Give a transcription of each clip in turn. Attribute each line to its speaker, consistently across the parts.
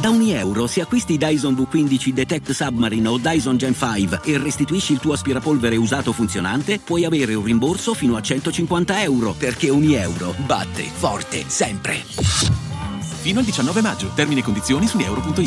Speaker 1: Da €1 se acquisti Dyson V15 Detect Submarine o Dyson Gen 5 e restituisci il tuo aspirapolvere usato funzionante, puoi avere un rimborso fino a €150, perché €1 batte forte sempre.
Speaker 2: Fino al 19 maggio. Termini e condizioni su unieuro.it.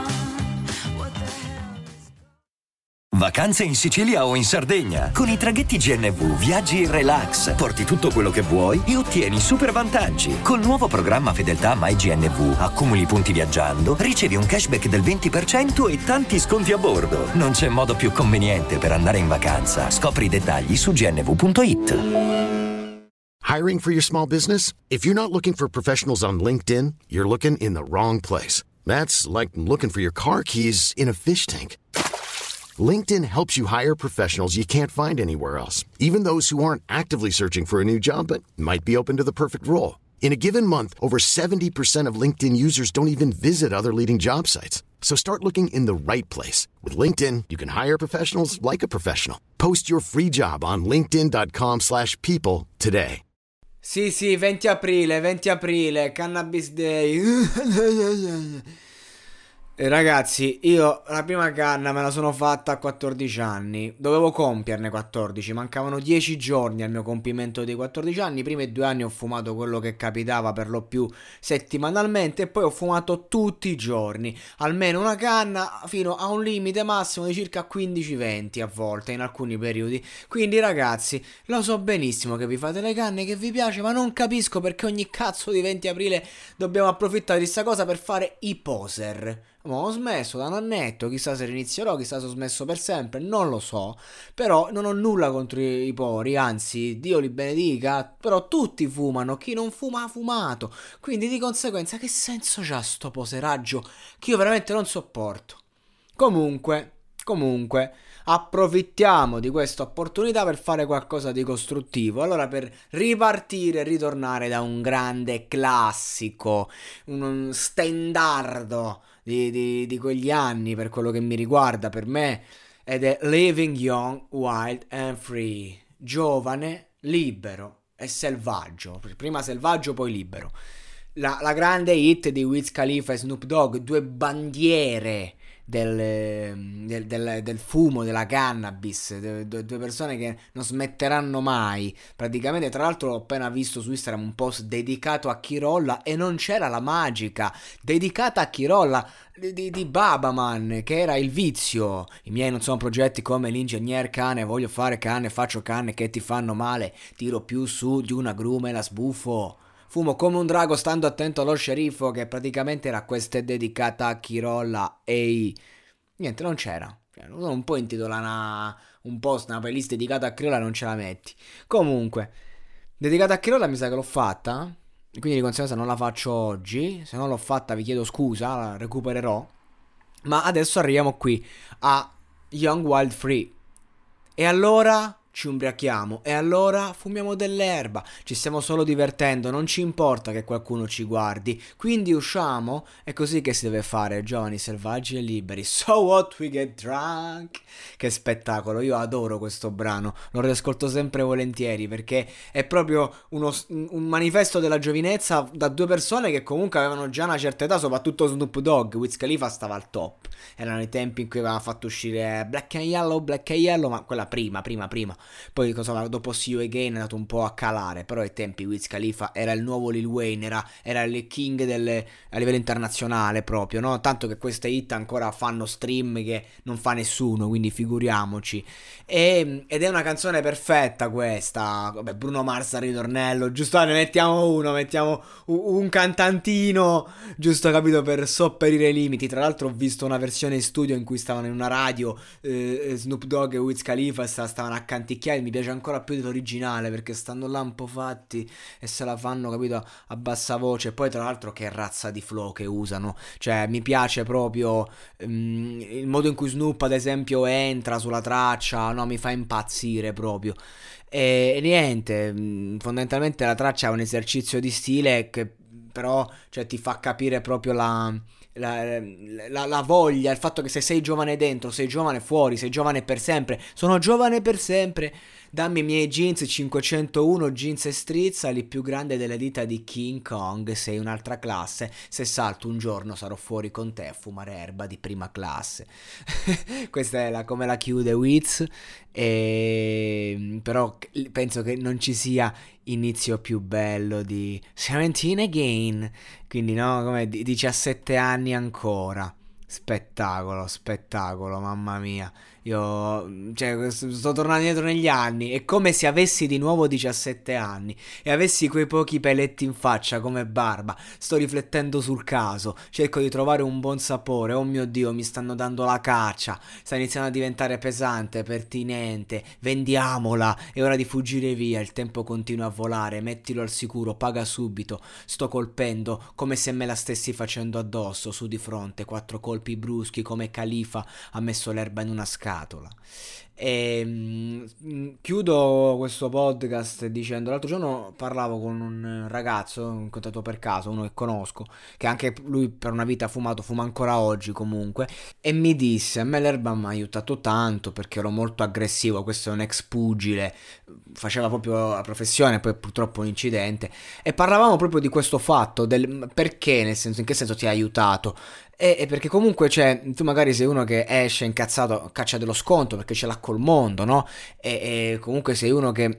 Speaker 3: Vacanze in Sicilia o in Sardegna. Con i traghetti GNV viaggi in relax, porti tutto quello che vuoi e ottieni super vantaggi. Col nuovo programma Fedeltà MyGNV accumuli punti viaggiando, ricevi un cashback del 20% e tanti sconti a bordo. Non c'è modo più conveniente per andare in vacanza. Scopri i dettagli su gnv.it.
Speaker 4: Hiring for your small business? If you're not looking for professionals on LinkedIn, you're looking in the wrong place. That's like looking for your car keys in a fish tank. LinkedIn helps you hire professionals you can't find anywhere else, even those who aren't actively searching for a new job but might be open to the perfect role. In a given month, over 70% of LinkedIn users don't even visit other leading job sites. So start looking in the right place. With LinkedIn, you can hire professionals like a professional. Post your free job on linkedin.com/people today.
Speaker 5: Sì, 20 aprile, Cannabis Day. Ragazzi, io la prima canna me la sono fatta a 14 anni. Dovevo compierne 14, mancavano 10 giorni al mio compimento dei 14 anni. I primi 2 anni ho fumato quello che capitava, per lo più settimanalmente, e poi ho fumato tutti i giorni, almeno una canna, fino a un limite massimo di circa 15-20 a volte, in alcuni periodi. Quindi ragazzi, lo so benissimo che vi fate le canne, che vi piace, ma non capisco perché ogni cazzo di 20 aprile dobbiamo approfittare di sta cosa per fare i poser. Ma ho smesso da un annetto, chissà se rinizierò, chissà se ho smesso per sempre, non lo so. Però non ho nulla contro i pori, anzi, Dio li benedica. Però tutti fumano, chi non fuma ha fumato. Quindi di conseguenza che senso c'ha sto poseraggio che io veramente non sopporto. Comunque, approfittiamo di questa opportunità per fare qualcosa di costruttivo. Allora, per ripartire e ritornare da un grande classico, un stendardo di quegli anni, per quello che mi riguarda, per me, ed è Living Young, Wild and Free. Giovane, libero e selvaggio. Prima selvaggio, poi libero. La grande hit di Wiz Khalifa e Snoop Dogg, due bandiere del fumo, della cannabis, due persone che non smetteranno mai. Praticamente, tra l'altro, ho appena visto su Instagram un post dedicato a Chirolla e non c'era la magica dedicata a Chirolla di Babaman, che era il vizio. I miei non sono progetti come l'ingegner cane, voglio fare canne, faccio canne che ti fanno male, tiro più su di un agrume e la sbuffo. Fumo come un drago stando attento allo sceriffo, che praticamente era questa è dedicata a Chirolla. E niente, non c'era. Non puoi intitolare un post, una playlist dedicata a Chirolla e non ce la metti. Comunque, dedicata a Chirolla mi sa che l'ho fatta, quindi di conseguenza non la faccio oggi. Se non l'ho fatta vi chiedo scusa, la recupererò. Ma adesso arriviamo qui a Young Wild Free. E allora ci ubriachiamo, e allora fumiamo dell'erba, ci stiamo solo divertendo, non ci importa che qualcuno ci guardi, quindi usciamo, è così che si deve fare, giovani, selvaggi e liberi. So what we get drunk. Che spettacolo, io adoro questo brano, lo riascolto sempre volentieri, perché è proprio un manifesto della giovinezza da due persone che comunque avevano già una certa età, soprattutto Snoop Dogg. Wiz Khalifa stava al top, erano i tempi in cui aveva fatto uscire Black and Yellow, ma quella prima. Poi dopo See You Again è andato un po' a calare, però ai tempi Wiz Khalifa era il nuovo Lil Wayne, era il king a livello internazionale proprio, no? Tanto che queste hit ancora fanno stream che non fa nessuno, quindi figuriamoci. Ed è una canzone perfetta questa. Vabbè, Bruno Mars al ritornello, giusto, ne mettiamo un cantantino, giusto, capito, per sopperire i limiti. Tra l'altro ho visto una versione in studio in cui stavano in una radio, Snoop Dogg e Wiz Khalifa stavano a canticchiare. Mi piace ancora più dell'originale, perché stanno là un po' fatti e se la fanno, capito, a bassa voce. Poi tra l'altro che razza di flow che usano, cioè mi piace proprio il modo in cui Snoop ad esempio entra sulla traccia, no, mi fa impazzire proprio. E niente, fondamentalmente la traccia è un esercizio di stile che però cioè, ti fa capire proprio la voglia, il fatto che se sei giovane dentro, sei giovane fuori, sei giovane per sempre. Sono giovane per sempre. Dammi i miei jeans 501 jeans e strizza, li più grandi delle dita di King Kong. Sei un'altra classe. Se salto un giorno sarò fuori con te a fumare erba di prima classe. Questa è come la chiude Wiz. Però penso che non ci sia inizio più bello di 17 again. Quindi no, come 17 anni ancora. Spettacolo, mamma mia. Io, cioè, sto tornando indietro negli anni. È come se avessi di nuovo 17 anni e avessi quei pochi peletti in faccia come barba. Sto riflettendo sul caso, cerco di trovare un buon sapore. Oh mio Dio, mi stanno dando la caccia. Sta iniziando a diventare pesante, pertinente. Vendiamola, è ora di fuggire via. Il tempo continua a volare, mettilo al sicuro, paga subito. Sto colpendo come se me la stessi facendo addosso. Su di fronte, 4 colpi bruschi come Califa ha messo l'erba in una scatola. Chiudo questo podcast dicendo: l'altro giorno parlavo con un ragazzo, ho incontrato per caso, uno che conosco, che anche lui per una vita ha fumato, fuma ancora oggi comunque, e mi disse: a me l'erba mi ha aiutato tanto perché ero molto aggressivo. Questo è un ex pugile, faceva proprio la professione, poi purtroppo un incidente, e parlavamo proprio di questo fatto, del perché, nel senso, in che senso ti ha aiutato. E perché comunque, cioè, tu magari sei uno che esce incazzato, caccia dello sconto perché ce l'ha col mondo, no? E comunque sei uno che,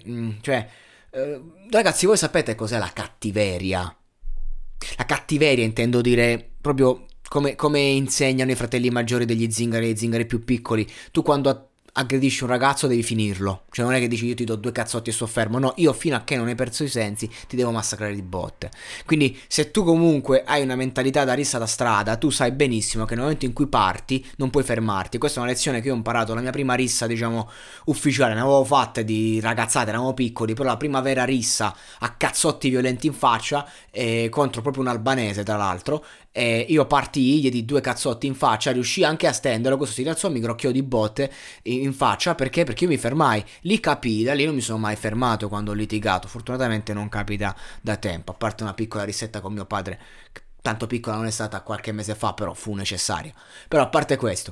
Speaker 5: ragazzi, voi sapete cos'è la cattiveria? La cattiveria intendo dire proprio come insegnano i fratelli maggiori degli zingari e i zingari più piccoli. Tu quando aggredisci un ragazzo devi finirlo, cioè non è che dici io ti do 2 cazzotti e sto fermo, no, io fino a che non hai perso i sensi ti devo massacrare di botte. Quindi se tu comunque hai una mentalità da rissa da strada, tu sai benissimo che nel momento in cui parti non puoi fermarti. Questa è una lezione che io ho imparato, la mia prima rissa, diciamo, ufficiale, ne avevo fatte di ragazzate, eravamo piccoli, però la prima vera rissa a cazzotti violenti in faccia, contro proprio un albanese tra l'altro. Io partii, gli di 2 cazzotti in faccia, riuscì anche a stenderlo, questo si rialzò, mi grocchiò di botte in faccia, perché io mi fermai, lì capii, da lì non mi sono mai fermato quando ho litigato. Fortunatamente non capita da tempo, a parte una piccola rissetta con mio padre, tanto piccola non è stata, qualche mese fa, però fu necessaria. Però a parte questo,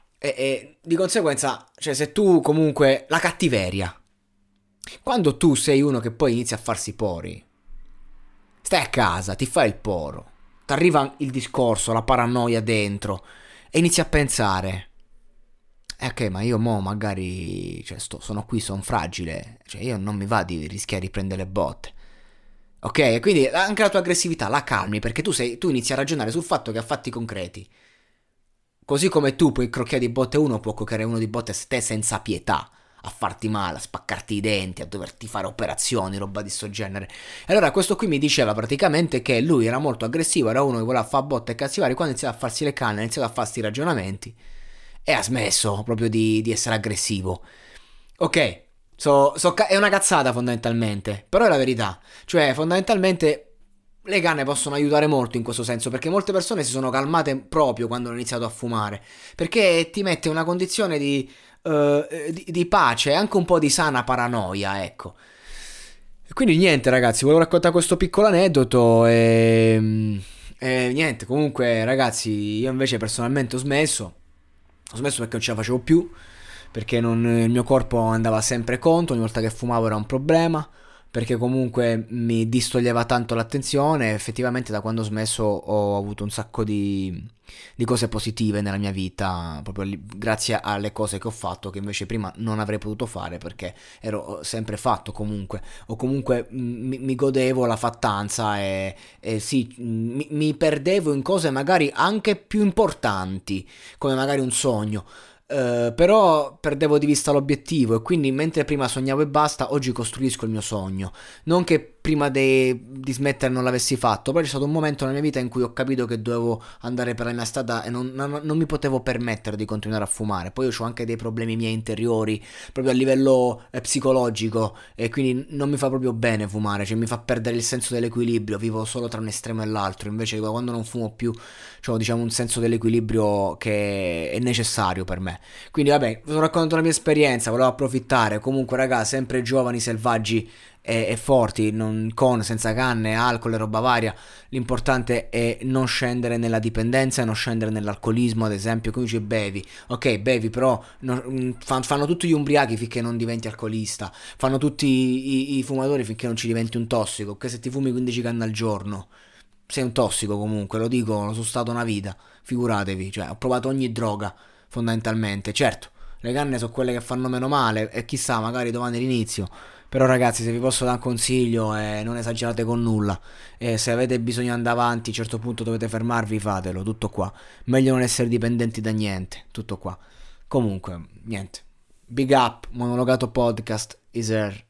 Speaker 5: di conseguenza, cioè, se tu comunque, la cattiveria, quando tu sei uno che poi inizia a farsi pori, stai a casa, ti fai il poro, ti arriva il discorso, la paranoia dentro, e inizi a pensare: ok, ma io mo magari, cioè, sono qui, sono fragile, cioè io non mi va di rischiare di prendere le botte. Ok, quindi anche la tua aggressività la calmi, perché tu inizi a ragionare sul fatto che a fatti concreti, così come tu puoi crocchiare di botte uno, può crocchiare uno di botte a te senza pietà, a farti male, a spaccarti i denti, a doverti fare operazioni, roba di sto genere. E allora questo qui mi diceva praticamente che lui era molto aggressivo, era uno che voleva fare botte e cazzi vari, quando iniziava a farsi le canne, ha iniziato a farsi i ragionamenti e ha smesso proprio di essere aggressivo. Ok, è una cazzata fondamentalmente, però è la verità. Cioè, fondamentalmente le canne possono aiutare molto in questo senso, perché molte persone si sono calmate proprio quando hanno iniziato a fumare, perché ti mette in una condizione di pace e anche un po' di sana paranoia, ecco. E quindi niente, ragazzi, volevo raccontare questo piccolo aneddoto e niente, comunque ragazzi, io invece personalmente ho smesso perché non ce la facevo più, perché il mio corpo andava sempre contro, ogni volta che fumavo era un problema, perché comunque mi distoglieva tanto l'attenzione. Effettivamente da quando ho smesso ho avuto un sacco di cose positive nella mia vita, proprio grazie alle cose che ho fatto, che invece prima non avrei potuto fare perché ero sempre fatto comunque, o comunque mi godevo la fattanza e sì, mi perdevo in cose magari anche più importanti, come magari un sogno. Però perdevo di vista l'obiettivo, e quindi mentre prima sognavo e basta, oggi costruisco il mio sogno. Non che prima di smettere non l'avessi fatto, però c'è stato un momento nella mia vita in cui ho capito che dovevo andare per la mia strada e non mi potevo permettere di continuare a fumare. Poi io ho anche dei problemi miei interiori proprio a livello psicologico, e quindi non mi fa proprio bene fumare, cioè mi fa perdere il senso dell'equilibrio, vivo solo tra un estremo e l'altro. Invece quando non fumo più ho, diciamo, un senso dell'equilibrio che è necessario per me. Quindi vabbè, vi ho raccontato la mia esperienza, volevo approfittare. Comunque raga, sempre giovani, selvaggi, e forti, con, senza canne, alcol e roba varia. L'importante è non scendere nella dipendenza e non scendere nell'alcolismo, ad esempio. Quindi dici bevi, ok, bevi, però fanno tutti gli ubriachi finché non diventi alcolista, fanno tutti i fumatori finché non ci diventi un tossico, che se ti fumi 15 canne al giorno sei un tossico comunque, lo dico, lo sono stato una vita, figuratevi, cioè ho provato ogni droga fondamentalmente. Certo, le canne sono quelle che fanno meno male e chissà, magari domani l'inizio. Però ragazzi, se vi posso dare un consiglio, non esagerate con nulla, se avete bisogno di andare avanti a un certo punto dovete fermarvi, fatelo, tutto qua. Meglio non essere dipendenti da niente, tutto qua. Comunque, niente. Big up, Monologato Podcast is here.